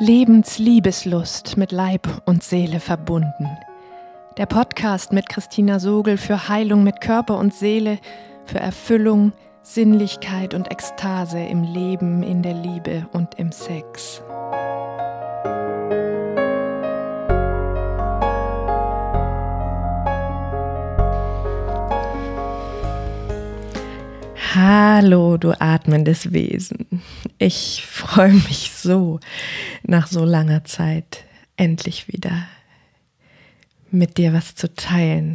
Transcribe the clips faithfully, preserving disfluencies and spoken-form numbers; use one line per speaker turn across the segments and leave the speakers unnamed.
Lebensliebeslust mit Leib und Seele verbunden. Der Podcast mit Christina Sogel für Heilung mit Körper und Seele, für Erfüllung, Sinnlichkeit und Ekstase im Leben, in der Liebe und im Sex. Hallo, du atmendes Wesen. Ich freue mich so, nach so langer Zeit endlich wieder mit dir was zu teilen.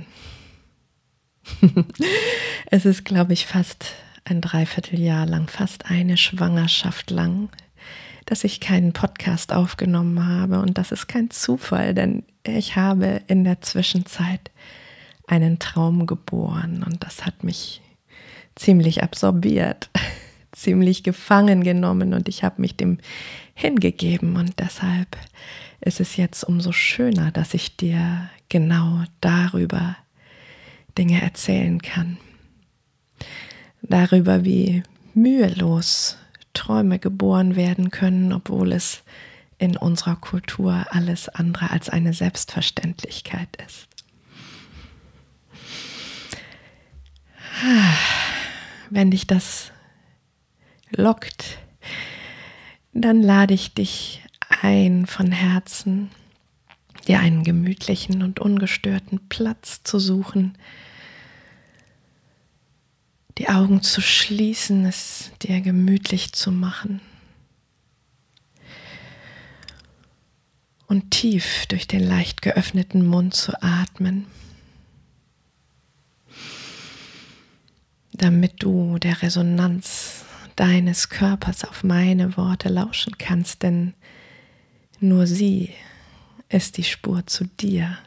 Es ist, glaube ich, fast ein Dreivierteljahr lang, fast eine Schwangerschaft lang, dass ich keinen Podcast aufgenommen habe. Und das ist kein Zufall, denn ich habe in der Zwischenzeit einen Traum geboren und das hat mich ziemlich absorbiert, ziemlich gefangen genommen und ich habe mich dem hingegeben und deshalb ist es jetzt umso schöner, dass ich dir genau darüber Dinge erzählen kann. Darüber, wie mühelos Träume geboren werden können, obwohl es in unserer Kultur alles andere als eine Selbstverständlichkeit ist. Wenn dich das lockt, dann lade ich dich ein, von Herzen dir einen gemütlichen und ungestörten Platz zu suchen, die Augen zu schließen, es dir gemütlich zu machen und tief durch den leicht geöffneten Mund zu atmen, damit du der Resonanz deines Körpers auf meine Worte lauschen kannst, denn nur sie ist die Spur zu dir.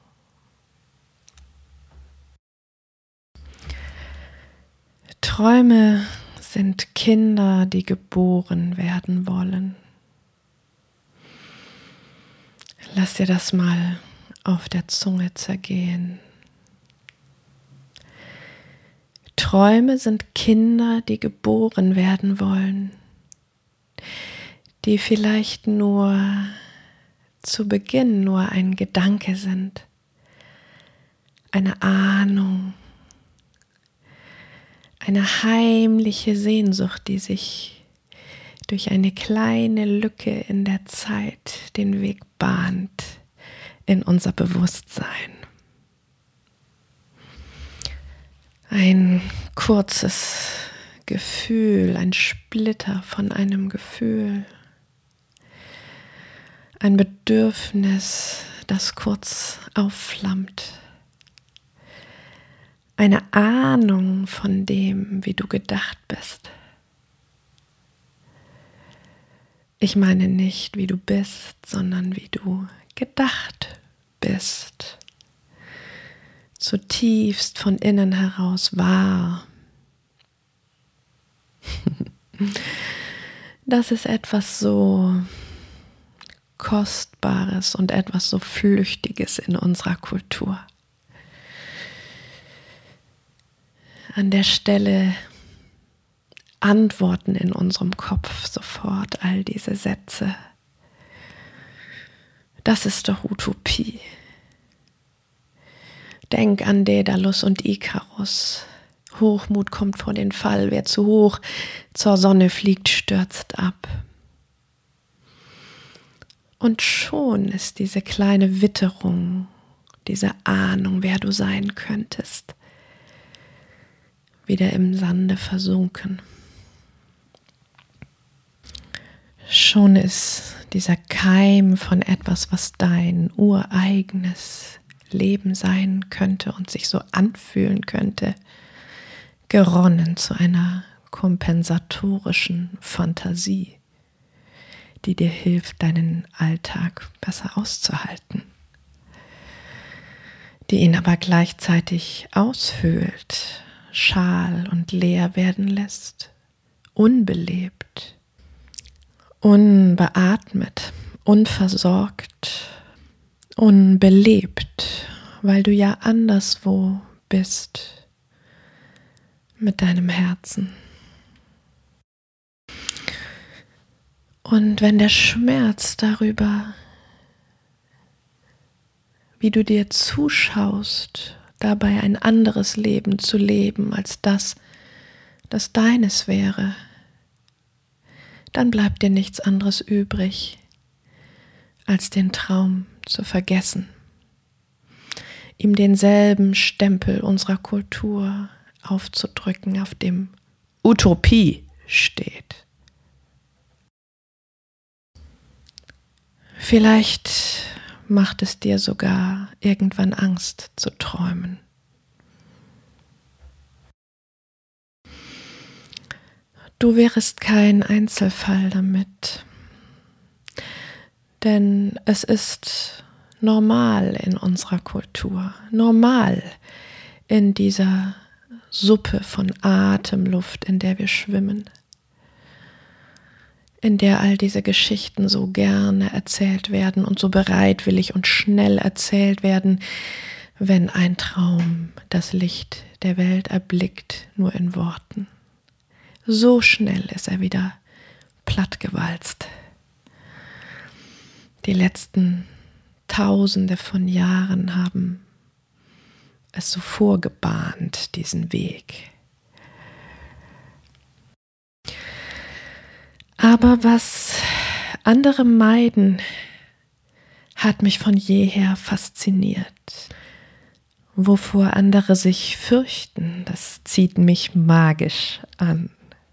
Träume sind Kinder, die geboren werden wollen. Lass dir das mal auf der Zunge zergehen. Träume sind Kinder, die geboren werden wollen, die vielleicht nur zu Beginn nur ein Gedanke sind, eine Ahnung, eine heimliche Sehnsucht, die sich durch eine kleine Lücke in der Zeit den Weg bahnt in unser Bewusstsein. Ein kurzes Gefühl, ein Splitter von einem Gefühl, ein Bedürfnis, das kurz aufflammt, eine Ahnung von dem, wie du gedacht bist. Ich meine nicht, wie du bist, sondern wie du gedacht bist. Zutiefst von innen heraus wahr. Das ist etwas so Kostbares und etwas so Flüchtiges in unserer Kultur. An der Stelle antworten in unserem Kopf sofort all diese Sätze. Das ist doch Utopie. Denk an Daedalus und Ikarus. Hochmut kommt vor den Fall. Wer zu hoch zur Sonne fliegt, stürzt ab. Und schon ist diese kleine Witterung, diese Ahnung, wer du sein könntest, wieder im Sande versunken. Schon ist dieser Keim von etwas, was dein ureigenes Leben sein könnte und sich so anfühlen könnte, geronnen zu einer kompensatorischen Fantasie, die dir hilft, deinen Alltag besser auszuhalten, die ihn aber gleichzeitig aushöhlt, schal und leer werden lässt, unbelebt, unbeatmet, unversorgt, unbelebt, weil du ja anderswo bist mit deinem Herzen. Und wenn der Schmerz darüber, wie du dir zuschaust, dabei ein anderes Leben zu leben als das, das deines wäre, dann bleibt dir nichts anderes übrig, als den Traum zu vergessen, ihm denselben Stempel unserer Kultur aufzudrücken, auf dem Utopie steht. Vielleicht macht es dir sogar irgendwann Angst zu träumen. Du wärest kein Einzelfall damit, denn es ist normal in unserer Kultur, normal in dieser Suppe von Atemluft, in der wir schwimmen, in der all diese Geschichten so gerne erzählt werden und so bereitwillig und schnell erzählt werden, wenn ein Traum das Licht der Welt erblickt, nur in Worten. So schnell ist er wieder plattgewalzt. Die letzten Tausende von Jahren haben es so vorgebahnt, diesen Weg. Aber was andere meiden, hat mich von jeher fasziniert. Wovor andere sich fürchten, das zieht mich magisch an.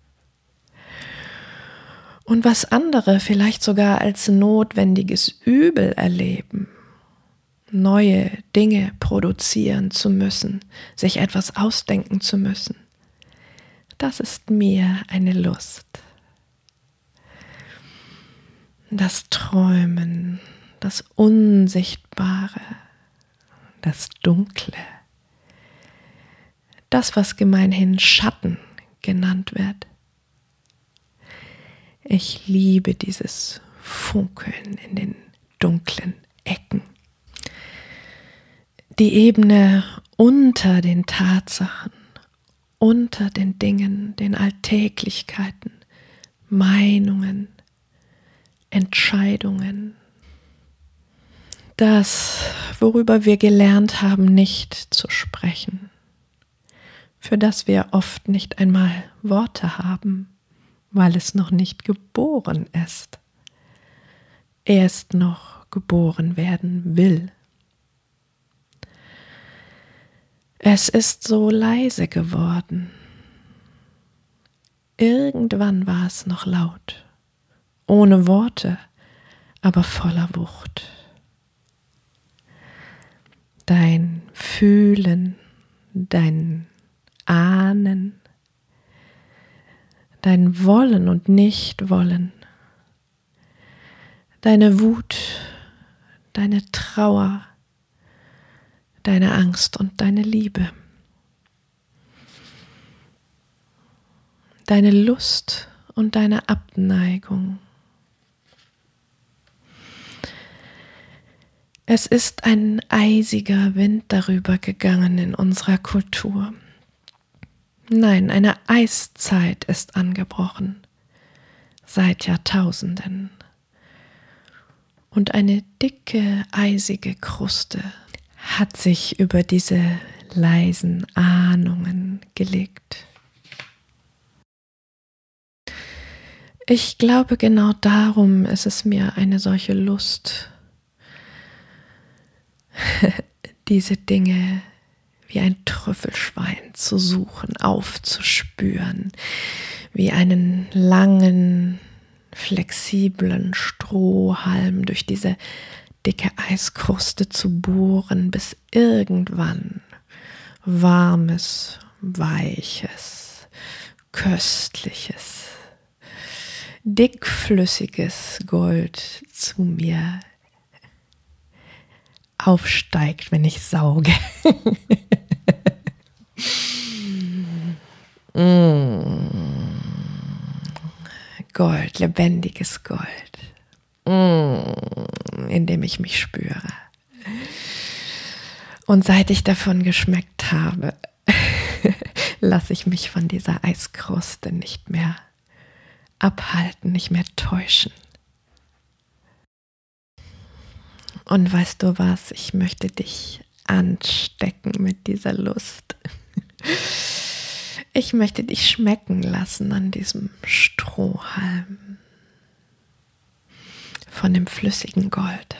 Und was andere vielleicht sogar als notwendiges Übel erleben, neue Dinge produzieren zu müssen, sich etwas ausdenken zu müssen, das ist mir eine Lust. Das Träumen, das Unsichtbare, das Dunkle, das, was gemeinhin Schatten genannt wird. Ich liebe dieses Funkeln in den dunklen Ecken. Die Ebene unter den Tatsachen, unter den Dingen, den Alltäglichkeiten, Meinungen, Entscheidungen. Das, worüber wir gelernt haben, nicht zu sprechen, für das wir oft nicht einmal Worte haben, weil es noch nicht geboren ist, erst noch geboren werden will. Es ist so leise geworden. Irgendwann war es noch laut, ohne Worte, aber voller Wucht. Dein Fühlen, dein Ahnen, dein Wollen und Nichtwollen, deine Wut, deine Trauer, deine Angst und deine Liebe, deine Lust und deine Abneigung. Es ist ein eisiger Wind darüber gegangen in unserer Kultur. Nein, eine Eiszeit ist angebrochen, seit Jahrtausenden. Und eine dicke, eisige Kruste hat sich über diese leisen Ahnungen gelegt. Ich glaube, genau darum ist es mir eine solche Lust, diese Dinge wie ein Trüffelschwein zu suchen, aufzuspüren, wie einen langen, flexiblen Strohhalm durch diese dicke Eiskruste zu bohren, bis irgendwann warmes, weiches, köstliches, dickflüssiges Gold zu mir aufsteigt, wenn ich sauge. mm. Gold, lebendiges Gold, mm. in dem ich mich spüre. Und seit ich davon geschmeckt habe, lasse ich mich von dieser Eiskruste nicht mehr abhalten, nicht mehr täuschen. Und weißt du was, ich möchte dich anstecken mit dieser Lust. Ich möchte dich schmecken lassen an diesem Strohhalm von dem flüssigen Gold.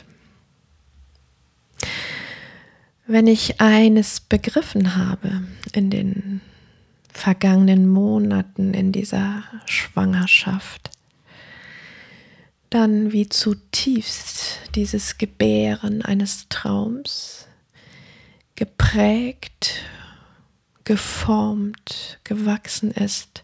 Wenn ich eines begriffen habe in den vergangenen Monaten in dieser Schwangerschaft, dann wie zutiefst dieses Gebären eines Traums geprägt, geformt, gewachsen ist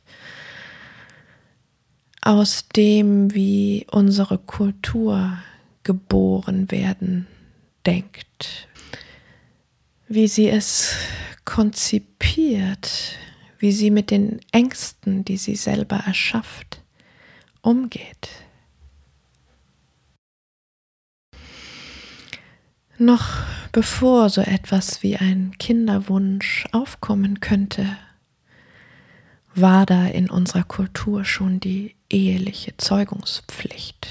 aus dem, wie unsere Kultur geboren werden denkt, wie sie es konzipiert, wie sie mit den Ängsten, die sie selber erschafft, umgeht. Noch bevor so etwas wie ein Kinderwunsch aufkommen könnte, war da in unserer Kultur schon die eheliche Zeugungspflicht,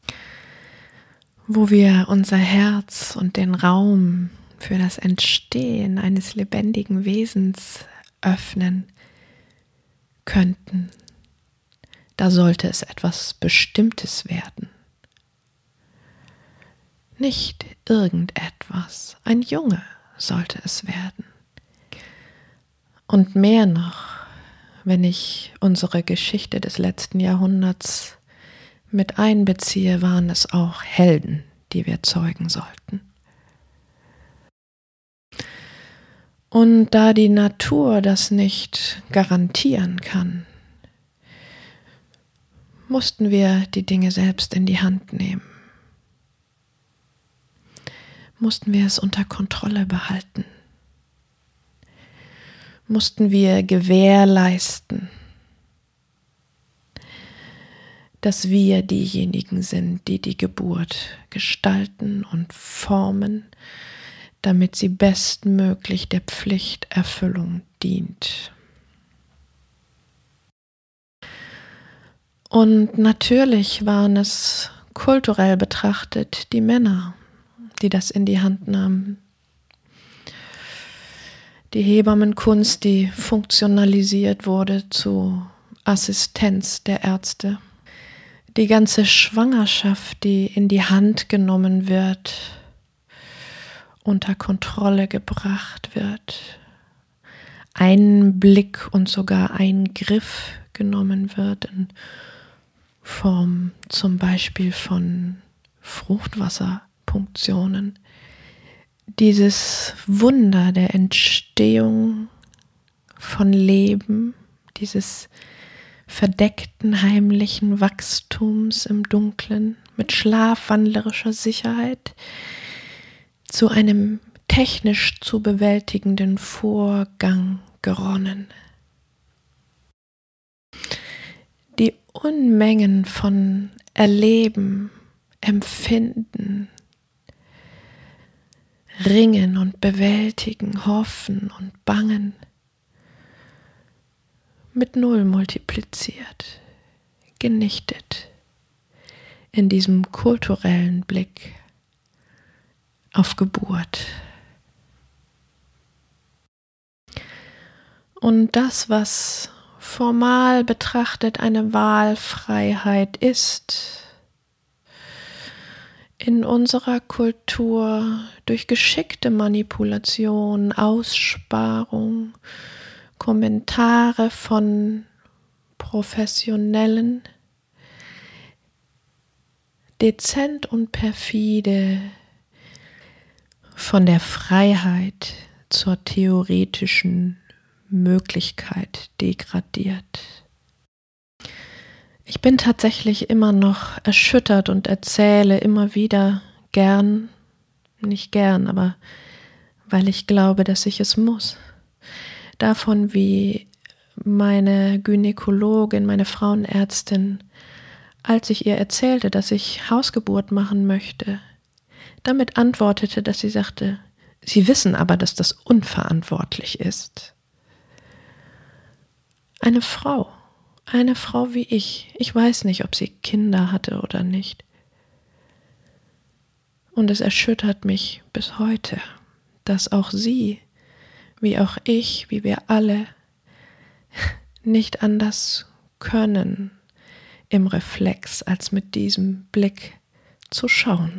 wo wir unser Herz und den Raum für das Entstehen eines lebendigen Wesens öffnen könnten. Da sollte es etwas Bestimmtes werden. Nicht irgendetwas, ein Junge sollte es werden. Und mehr noch, wenn ich unsere Geschichte des letzten Jahrhunderts mit einbeziehe, waren es auch Helden, die wir zeugen sollten. Und da die Natur das nicht garantieren kann, mussten wir die Dinge selbst in die Hand nehmen. Mussten wir es unter Kontrolle behalten. Mussten wir gewährleisten, dass wir diejenigen sind, die die Geburt gestalten und formen, damit sie bestmöglich der Pflichterfüllung dient. Und natürlich waren es kulturell betrachtet die Männer, die das in die Hand nahmen. Die Hebammenkunst, die funktionalisiert wurde zu Assistenz der Ärzte. Die ganze Schwangerschaft, die in die Hand genommen wird, unter Kontrolle gebracht wird, Einblick und sogar Eingriff genommen wird in Form zum Beispiel von Fruchtwasserpunktionen. Dieses Wunder der Entstehung von Leben, dieses verdeckten, heimlichen Wachstums im Dunklen mit schlafwandlerischer Sicherheit zu einem technisch zu bewältigenden Vorgang geronnen. Die Unmengen von Erleben, Empfinden, Ringen und Bewältigen, Hoffen und Bangen mit Null multipliziert, genichtet in diesem kulturellen Blick auf Geburt. Und das, was formal betrachtet eine Wahlfreiheit ist, in unserer Kultur durch geschickte Manipulation, Aussparung, Kommentare von Professionellen, dezent und perfide von der Freiheit zur theoretischen Möglichkeit degradiert. Ich bin tatsächlich immer noch erschüttert und erzähle immer wieder gern, nicht gern, aber weil ich glaube, dass ich es muss, davon, wie meine Gynäkologin, meine Frauenärztin, als ich ihr erzählte, dass ich Hausgeburt machen möchte, damit antwortete, dass sie sagte, Sie wissen aber, dass das unverantwortlich ist. Eine Frau, eine Frau wie ich, ich weiß nicht, ob sie Kinder hatte oder nicht. Und es erschüttert mich bis heute, dass auch sie, wie auch ich, wie wir alle, nicht anders können im Reflex, als mit diesem Blick zu schauen.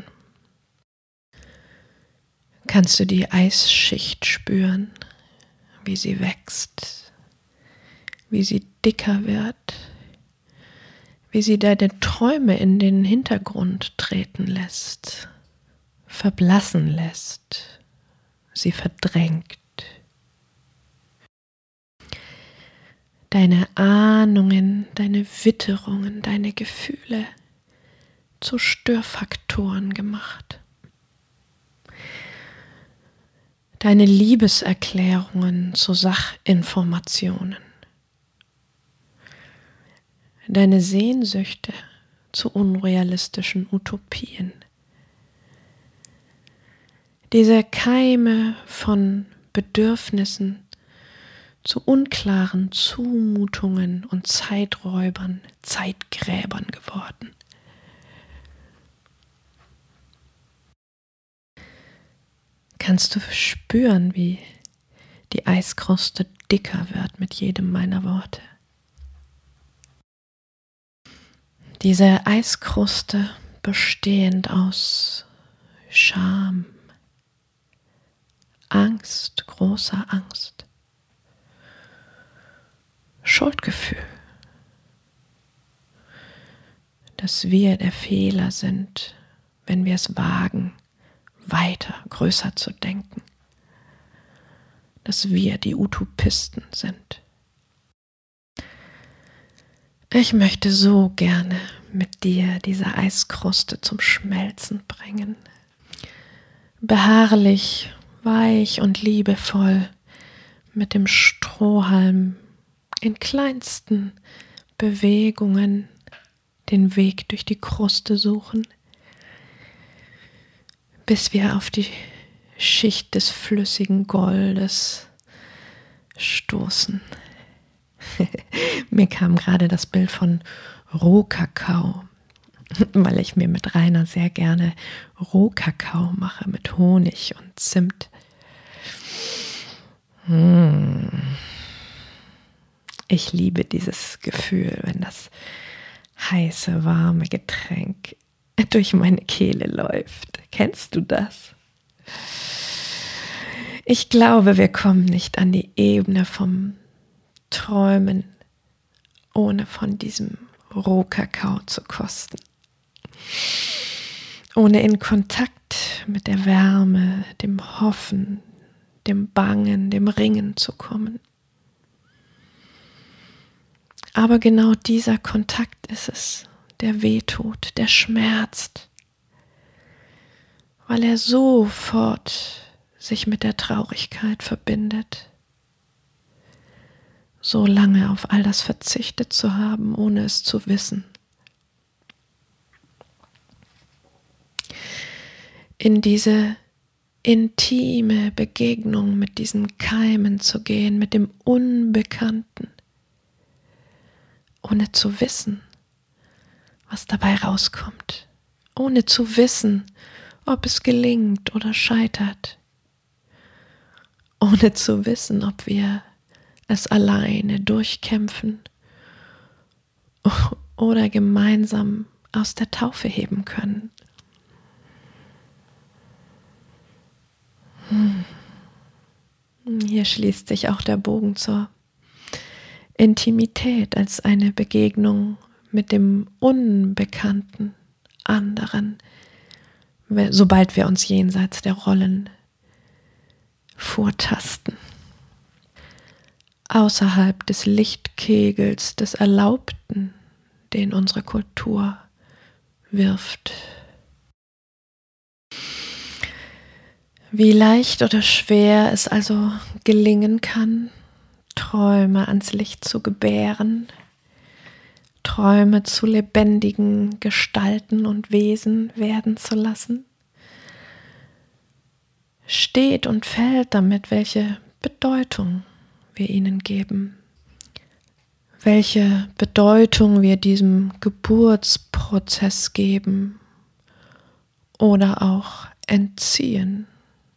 Kannst du die Eisschicht spüren, wie sie wächst, wie sie dicker wird, wie sie deine Träume in den Hintergrund treten lässt, verblassen lässt, sie verdrängt. Deine Ahnungen, deine Witterungen, deine Gefühle zu Störfaktoren gemacht. Deine Liebeserklärungen zu Sachinformationen. Deine Sehnsüchte zu unrealistischen Utopien. Diese Keime von Bedürfnissen zu unklaren Zumutungen und Zeiträubern, Zeitgräbern geworden. Kannst du spüren, wie die Eiskruste dicker wird mit jedem meiner Worte? Diese Eiskruste bestehend aus Scham, Angst, großer Angst, Schuldgefühl, dass wir der Fehler sind, wenn wir es wagen, weiter, größer zu denken, dass wir die Utopisten sind. Ich möchte so gerne mit dir diese Eiskruste zum Schmelzen bringen. Beharrlich, weich und liebevoll mit dem Strohhalm in kleinsten Bewegungen den Weg durch die Kruste suchen, bis wir auf die Schicht des flüssigen Goldes stoßen. Mir kam gerade das Bild von Rohkakao, weil ich mir mit Rainer sehr gerne Rohkakao mache mit Honig und Zimt. Mmh. Ich liebe dieses Gefühl, wenn das heiße, warme Getränk durch meine Kehle läuft. Kennst du das? Ich glaube, wir kommen nicht an die Ebene vom Träumen, ohne von diesem Rohkakao zu kosten. Ohne in Kontakt mit der Wärme, dem Hoffen, dem Bangen, dem Ringen zu kommen. Aber genau dieser Kontakt ist es, der wehtut, der schmerzt, weil er sofort sich mit der Traurigkeit verbindet. So lange auf all das verzichtet zu haben, ohne es zu wissen. In diese intime Begegnung mit diesen Keimen zu gehen, mit dem Unbekannten, ohne zu wissen, was dabei rauskommt, ohne zu wissen, ob es gelingt oder scheitert, ohne zu wissen, ob wir es alleine durchkämpfen oder gemeinsam aus der Taufe heben können. Hier schließt sich auch der Bogen zur Intimität als eine Begegnung mit dem unbekannten anderen, sobald wir uns jenseits der Rollen vortasten. Außerhalb des Lichtkegels des Erlaubten, den unsere Kultur wirft. Wie leicht oder schwer es also gelingen kann, Träume ans Licht zu gebären, Träume zu lebendigen Gestalten und Wesen werden zu lassen, steht und fällt damit, welche Bedeutung wir ihnen geben, welche Bedeutung wir diesem Geburtsprozess geben oder auch entziehen.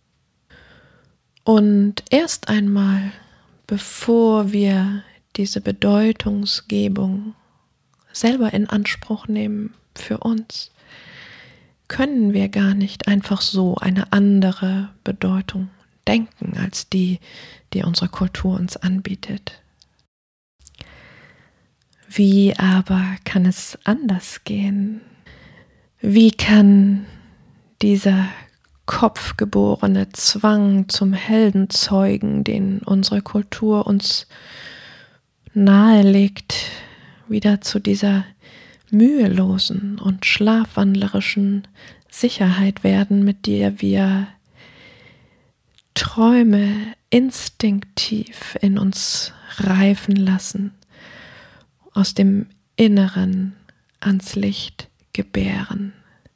Und erst einmal, bevor wir diese Bedeutungsgebung selber in Anspruch nehmen für uns, können wir gar nicht einfach so eine andere Bedeutung denken als die, die unsere Kultur uns anbietet. Wie aber kann es anders gehen? Wie kann dieser kopfgeborene Zwang zum Heldenzeugen, den unsere Kultur uns nahelegt, wieder zu dieser mühelosen und schlafwandlerischen Sicherheit werden, mit der wir Träume instinktiv in uns reifen lassen, aus dem Inneren ans Licht gebären.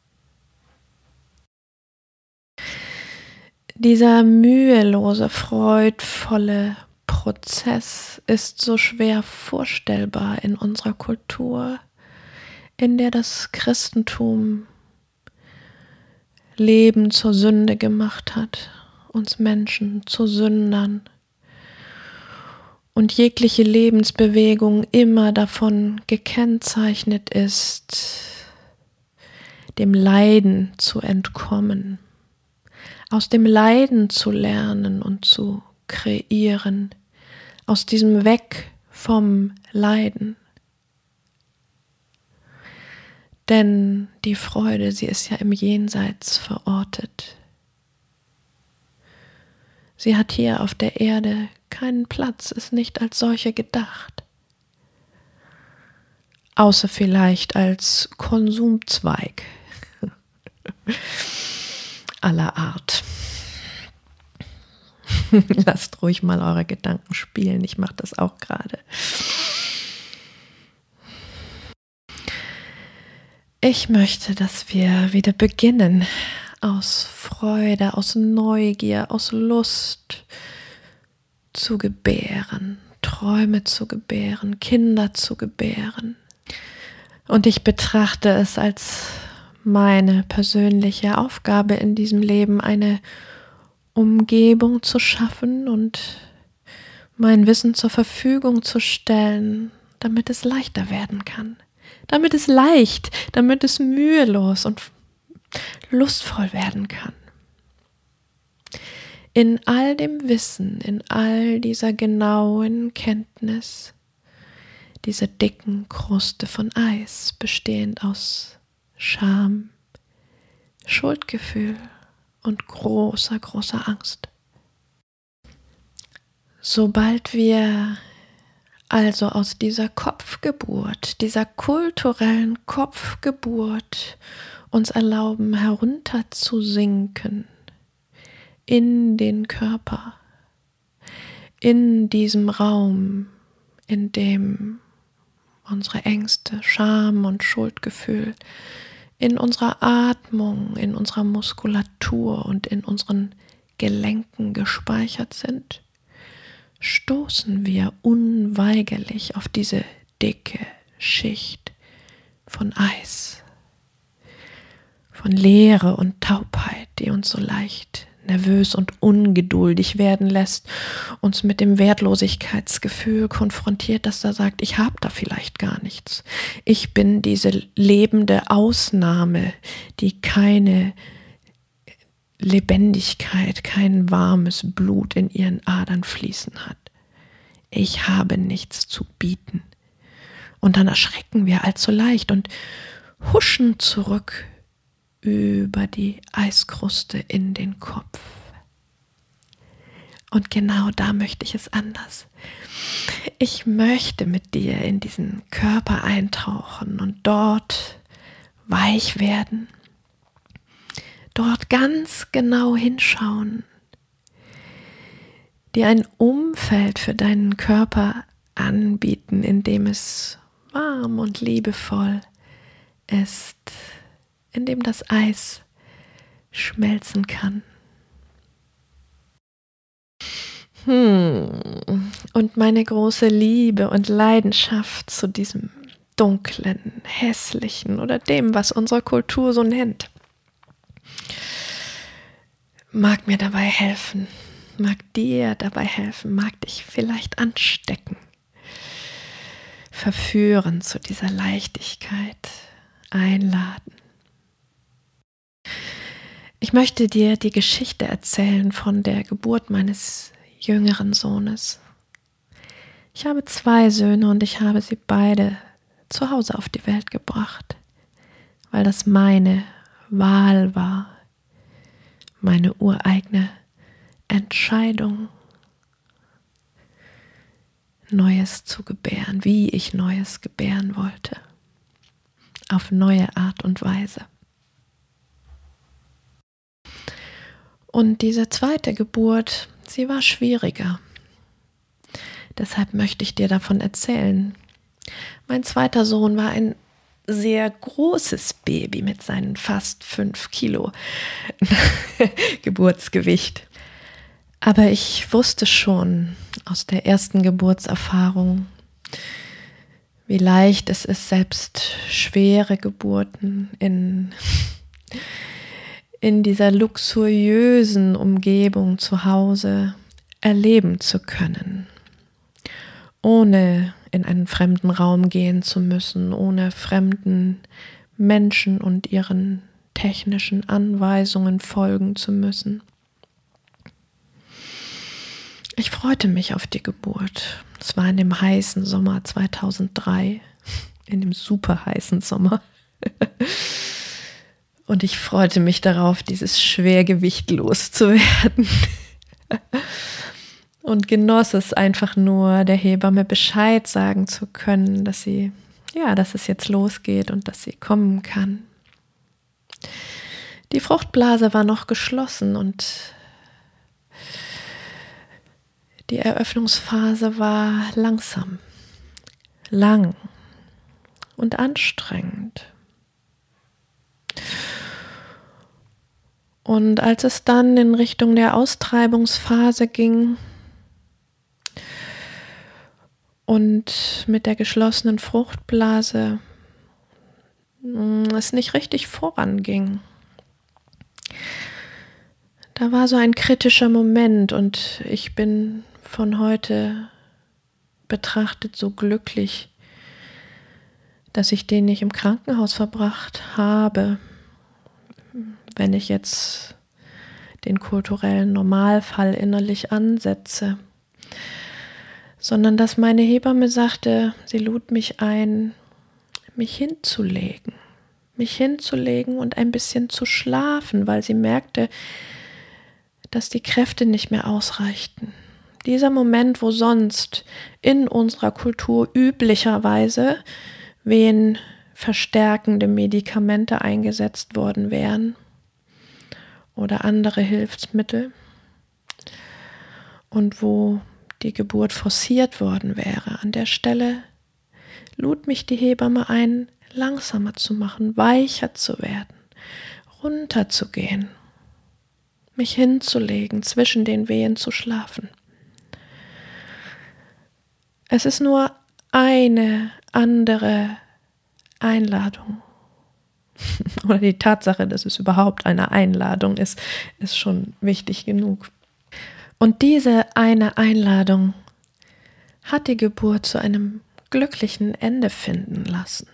Dieser mühelose, freudvolle Prozess ist so schwer vorstellbar in unserer Kultur, in der das Christentum Leben zur Sünde gemacht hat, uns Menschen zu Sündern und jegliche Lebensbewegung immer davon gekennzeichnet ist, dem Leiden zu entkommen, aus dem Leiden zu lernen und zu kreieren, aus diesem Weg vom Leiden. Denn die Freude, sie ist ja im Jenseits verortet. Sie hat hier auf der Erde keinen Platz, ist nicht als solche gedacht. Außer vielleicht als Konsumzweig aller Art. Lasst ruhig mal eure Gedanken spielen, ich mache das auch gerade. Ich möchte, dass wir wieder beginnen, aus Freude, aus Neugier, aus Lust zu gebären, Träume zu gebären, Kinder zu gebären. Und ich betrachte es als meine persönliche Aufgabe in diesem Leben, eine Umgebung zu schaffen und mein Wissen zur Verfügung zu stellen, damit es leichter werden kann. Damit es leicht, damit es mühelos und lustvoll werden kann. In all dem Wissen, in all dieser genauen Kenntnis, dieser dicken Kruste von Eis, bestehend aus Scham, Schuldgefühl und großer, großer Angst. Sobald wir also aus dieser Kopfgeburt, dieser kulturellen Kopfgeburt uns erlauben, herunterzusinken in den Körper, in diesem Raum, in dem unsere Ängste, Scham und Schuldgefühl in unserer Atmung, in unserer Muskulatur und in unseren Gelenken gespeichert sind, stoßen wir unweigerlich auf diese dicke Schicht von Eis, von Leere und Taubheit, die uns so leicht nervös und ungeduldig werden lässt, uns mit dem Wertlosigkeitsgefühl konfrontiert, das da sagt, ich habe da vielleicht gar nichts. Ich bin diese lebende Ausnahme, die keine Lebendigkeit, kein warmes Blut in ihren Adern fließen hat. Ich habe nichts zu bieten. Und dann erschrecken wir allzu leicht und huschen zurück über die Eiskruste in den Kopf. Und genau da möchte ich es anders. Ich möchte mit dir in diesen Körper eintauchen und dort weich werden, dort ganz genau hinschauen, dir ein Umfeld für deinen Körper anbieten, in dem es warm und liebevoll ist, in dem das Eis schmelzen kann. Hm. Und meine große Liebe und Leidenschaft zu diesem dunklen, hässlichen oder dem, was unsere Kultur so nennt, mag mir dabei helfen, mag dir dabei helfen, mag dich vielleicht anstecken, verführen zu dieser Leichtigkeit, einladen. Ich möchte dir die Geschichte erzählen von der Geburt meines jüngeren Sohnes. Ich habe zwei Söhne und ich habe sie beide zu Hause auf die Welt gebracht, weil das meine Wahl war, meine ureigene Entscheidung, Neues zu gebären, wie ich Neues gebären wollte, auf neue Art und Weise. Und diese zweite Geburt, sie war schwieriger. Deshalb möchte ich dir davon erzählen. Mein zweiter Sohn war ein sehr großes Baby mit seinen fast fünf Kilo Geburtsgewicht. Aber ich wusste schon aus der ersten Geburtserfahrung, wie leicht es ist, selbst schwere Geburten in, in dieser luxuriösen Umgebung zu Hause erleben zu können, ohne in einen fremden Raum gehen zu müssen, ohne fremden Menschen und ihren technischen Anweisungen folgen zu müssen. Ich freute mich auf die Geburt. Es war in dem heißen Sommer zweitausenddrei, in dem super heißen Sommer. Und ich freute mich darauf, dieses Schwergewicht loszuwerden. Und genoss es einfach nur, der Hebamme Bescheid sagen zu können, dass sie, ja, dass es jetzt losgeht und dass sie kommen kann. Die Fruchtblase war noch geschlossen und die Eröffnungsphase war langsam, lang und anstrengend. Und als es dann in Richtung der Austreibungsphase ging und mit der geschlossenen Fruchtblase es nicht richtig voranging, da war so ein kritischer Moment und ich bin von heute betrachtet so glücklich, dass ich den nicht im Krankenhaus verbracht habe, wenn ich jetzt den kulturellen Normalfall innerlich ansetze, sondern dass meine Hebamme sagte, sie lud mich ein, mich hinzulegen, mich hinzulegen und ein bisschen zu schlafen, weil sie merkte, dass die Kräfte nicht mehr ausreichten. Dieser Moment, wo sonst in unserer Kultur üblicherweise wehenverstärkende Medikamente eingesetzt worden wären oder andere Hilfsmittel und wo die Geburt forciert worden wäre. An der Stelle lud mich die Hebamme ein, langsamer zu machen, weicher zu werden, runterzugehen, mich hinzulegen, zwischen den Wehen zu schlafen. Es ist nur eine andere Einladung. Oder die Tatsache, dass es überhaupt eine Einladung ist, ist schon wichtig genug. Und diese eine Einladung hat die Geburt zu einem glücklichen Ende finden lassen.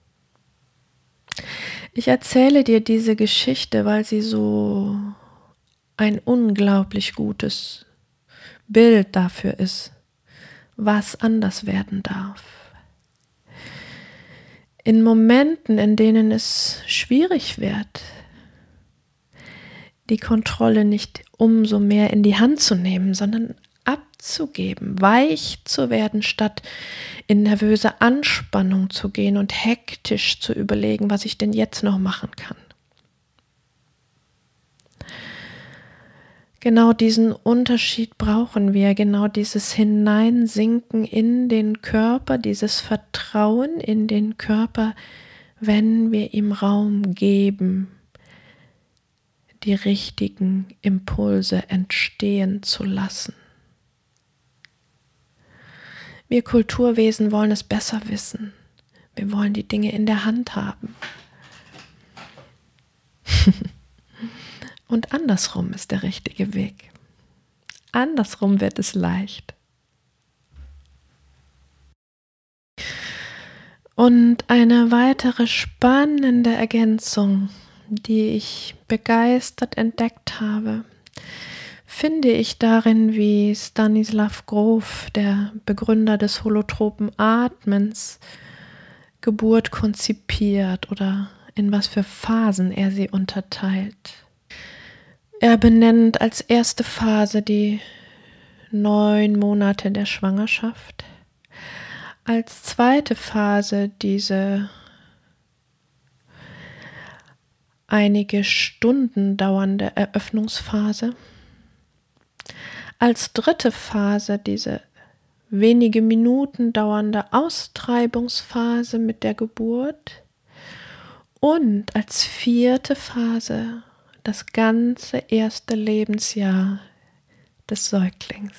Ich erzähle dir diese Geschichte, weil sie so ein unglaublich gutes Bild dafür ist, was anders werden darf. In Momenten, in denen es schwierig wird, die Kontrolle nicht umso mehr in die Hand zu nehmen, sondern abzugeben, weich zu werden, statt in nervöse Anspannung zu gehen und hektisch zu überlegen, was ich denn jetzt noch machen kann. Genau diesen Unterschied brauchen wir, genau dieses Hineinsinken in den Körper, dieses Vertrauen in den Körper, wenn wir ihm Raum geben, die richtigen Impulse entstehen zu lassen. Wir Kulturwesen wollen es besser wissen. Wir wollen die Dinge in der Hand haben. Und andersrum ist der richtige Weg. Andersrum wird es leicht. Und eine weitere spannende Ergänzung, die ich begeistert entdeckt habe, finde ich darin, wie Stanislav Grof, der Begründer des holotropen Atmens, Geburt konzipiert oder in was für Phasen er sie unterteilt. Er benennt als erste Phase die neun Monate der Schwangerschaft, als zweite Phase diese einige Stunden dauernde Eröffnungsphase, als dritte Phase diese wenige Minuten dauernde Austreibungsphase mit der Geburt und als vierte Phase das ganze erste Lebensjahr des Säuglings.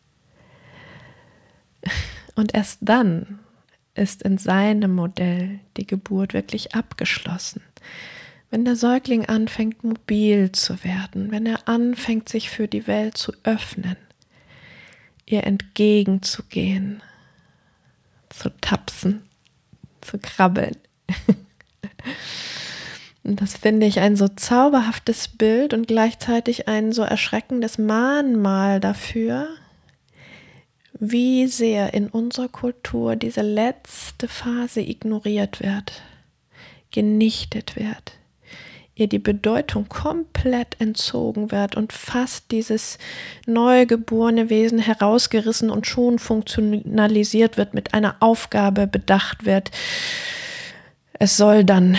Und erst dann ist in seinem Modell die Geburt wirklich abgeschlossen. Wenn der Säugling anfängt, mobil zu werden, wenn er anfängt, sich für die Welt zu öffnen, ihr entgegenzugehen, zu tapsen, zu krabbeln. Und das finde ich ein so zauberhaftes Bild und gleichzeitig ein so erschreckendes Mahnmal dafür, wie sehr in unserer Kultur diese letzte Phase ignoriert wird, genichtet wird, ihr die Bedeutung komplett entzogen wird und fast dieses neugeborene Wesen herausgerissen und schon funktionalisiert wird, mit einer Aufgabe bedacht wird. Es soll dann,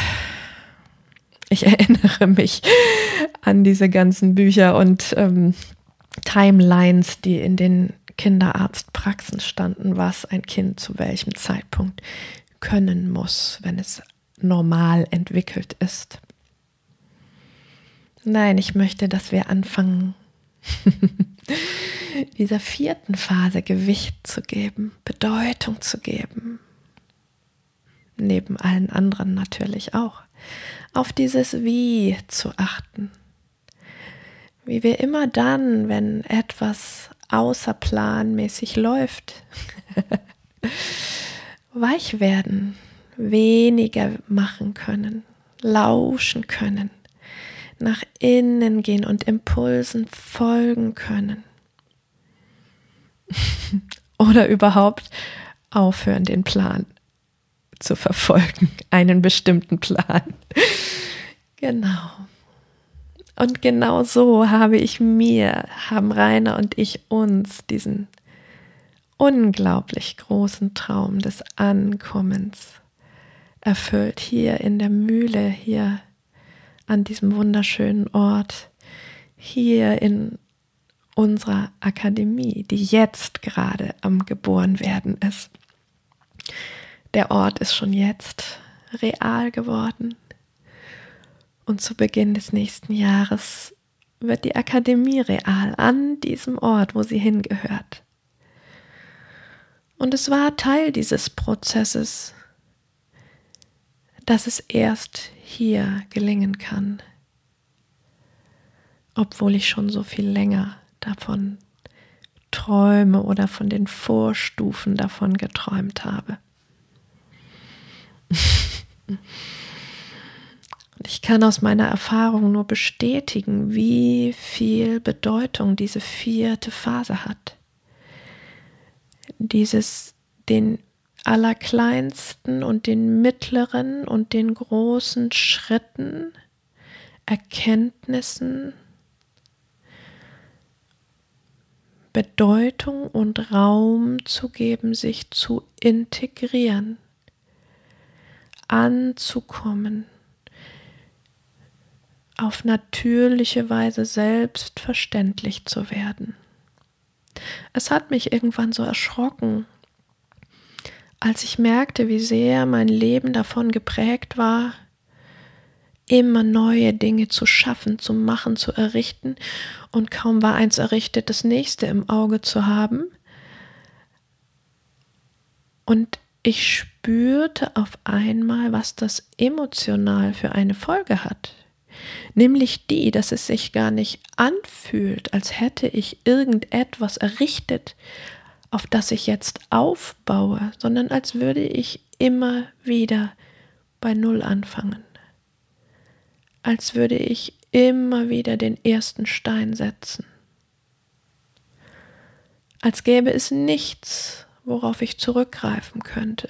ich erinnere mich an diese ganzen Bücher und ähm, Timelines, die in den Kinderarztpraxen standen, was ein Kind zu welchem Zeitpunkt können muss, wenn es normal entwickelt ist. Nein, ich möchte, dass wir anfangen, dieser vierten Phase Gewicht zu geben, Bedeutung zu geben. Neben allen anderen natürlich auch. Auf dieses Wie zu achten. Wie wir immer dann, wenn etwas außerplanmäßig läuft, weich werden, weniger machen können, lauschen können, nach innen gehen und Impulsen folgen können. Oder überhaupt aufhören, den Plan zu verfolgen, einen bestimmten Plan. Genau. Und genau so habe ich mir, haben Rainer und ich uns diesen unglaublich großen Traum des Ankommens erfüllt, hier in der Mühle, hier an diesem wunderschönen Ort, hier in unserer Akademie, die jetzt gerade am Geborenwerden ist. Der Ort ist schon jetzt real geworden. Und zu Beginn des nächsten Jahres wird die Akademie real an diesem Ort, wo sie hingehört. Und es war Teil dieses Prozesses, dass es erst hier gelingen kann, obwohl ich schon so viel länger davon träume oder von den Vorstufen davon geträumt habe. Und ich kann aus meiner Erfahrung nur bestätigen, wie viel Bedeutung diese vierte Phase hat. Dieses, den allerkleinsten und den mittleren und den großen Schritten, Erkenntnissen, Bedeutung und Raum zu geben, sich zu integrieren, anzukommen, auf natürliche Weise selbstverständlich zu werden. Es hat mich irgendwann so erschrocken, als ich merkte, wie sehr mein Leben davon geprägt war, immer neue Dinge zu schaffen, zu machen, zu errichten und kaum war eins errichtet, das nächste im Auge zu haben. Und ich spürte auf einmal, was das emotional für eine Folge hat. nämlich die, dass es sich gar nicht anfühlt, als hätte ich irgendetwas errichtet, auf das ich jetzt aufbaue, sondern als würde ich immer wieder bei Null anfangen, als würde ich immer wieder den ersten Stein setzen, als gäbe es nichts, worauf ich zurückgreifen könnte.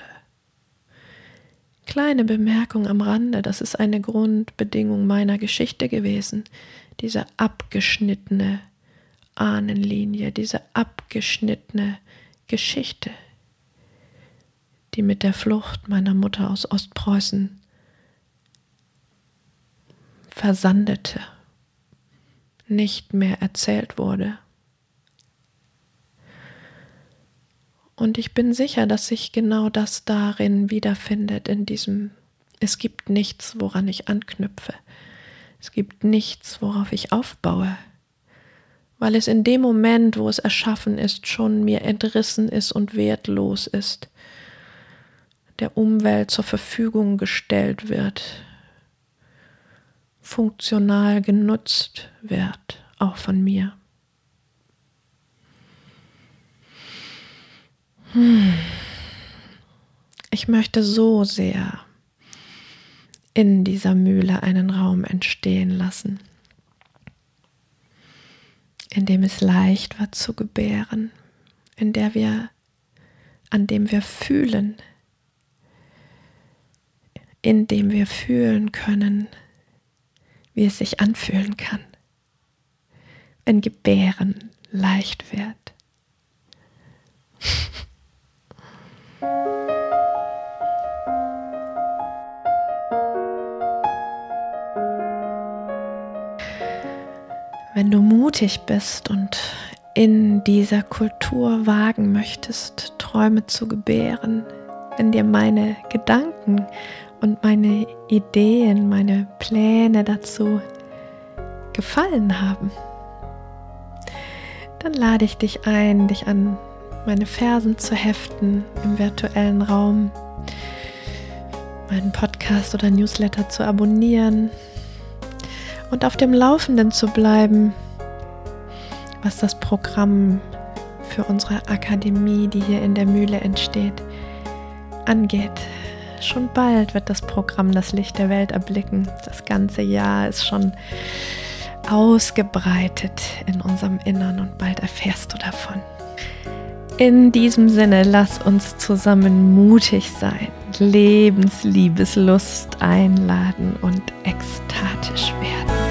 Kleine Bemerkung am Rande, das ist eine Grundbedingung meiner Geschichte gewesen, diese abgeschnittene Ahnenlinie, diese abgeschnittene Geschichte, die mit der Flucht meiner Mutter aus Ostpreußen versandete, nicht mehr erzählt wurde. Und ich bin sicher, dass sich genau das darin wiederfindet, in diesem, es gibt nichts, woran ich anknüpfe. Es gibt nichts, worauf ich aufbaue, weil es in dem Moment, wo es erschaffen ist, schon mir entrissen ist und wertlos ist, der Umwelt zur Verfügung gestellt wird, funktional genutzt wird, auch von mir. Ich möchte so sehr in dieser Mühle einen Raum entstehen lassen, in dem es leicht wird zu gebären, in der wir, an dem wir fühlen, in dem wir fühlen können, wie es sich anfühlen kann, wenn Gebären leicht wird. Wenn du mutig bist und in dieser Kultur wagen möchtest, Träume zu gebären, wenn dir meine Gedanken und meine Ideen, meine Pläne dazu gefallen haben, dann lade ich dich ein, dich an meine Fersen zu heften im virtuellen Raum, meinen Podcast oder Newsletter zu abonnieren und auf dem Laufenden zu bleiben, was das Programm für unsere Akademie, die hier in der Mühle entsteht, angeht. Schon bald wird das Programm das Licht der Welt erblicken. Das ganze Jahr ist schon ausgebreitet in unserem Innern und bald erfährst du davon. In diesem Sinne, lass uns zusammen mutig sein, Lebensliebes Lust einladen und ekstatisch werden.